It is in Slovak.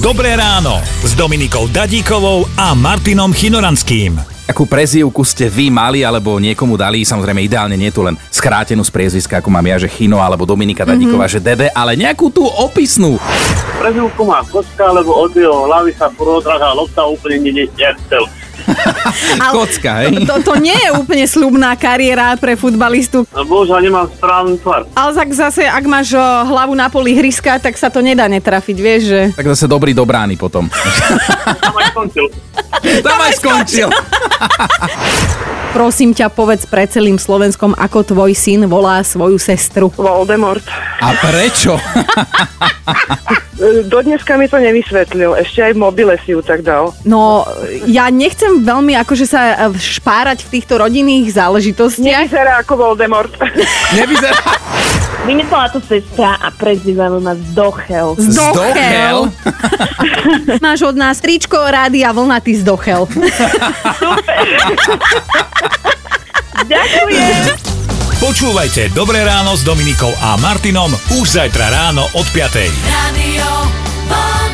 Dobré ráno s Dominikou Dadíkovou a Martinom Chinoranským. Akú prezývku ste vy mali alebo niekomu dali, samozrejme ideálne nie tu len skrátenú z priezviska, ako mám ja, že Chino alebo Dominika Dadíková, že Dede, ale nejakú tú opisnú. Prezývku má Kocka, lebo od jeho hlavy sa prodrahá lopta úplne nechcel. Kocka, hej? To nie je úplne sľubná kariéra pre futbalistu. Bohužiaľ nemám správny tvar. Ale zase, ak máš hlavu na poli ihriska, tak sa to nedá netrafiť, vieš, že... Tak zase dobrý do brány potom. Tam aj skončil. Tam aj skončil. Prosím ťa, povedz pre celým Slovenskom, ako tvoj syn volá svoju sestru. Voldemort. A prečo? Dodneska mi to nevysvetlil, ešte aj v mobile si ju tak dal. No, ja nechcem veľmi akože sa špárať v týchto rodinných záležitostiach. Nevyzerá ako Voldemort. Nevyzerá. Vymyslela to sestra a prezývame ma Zdochel. Zdochel? Máš od nás tričko, Rádia Vlna, ty Zdochel. Ďakujem. Počúvajte Dobré ráno s Dominikou a Martinom už zajtra ráno od 5:00. Radio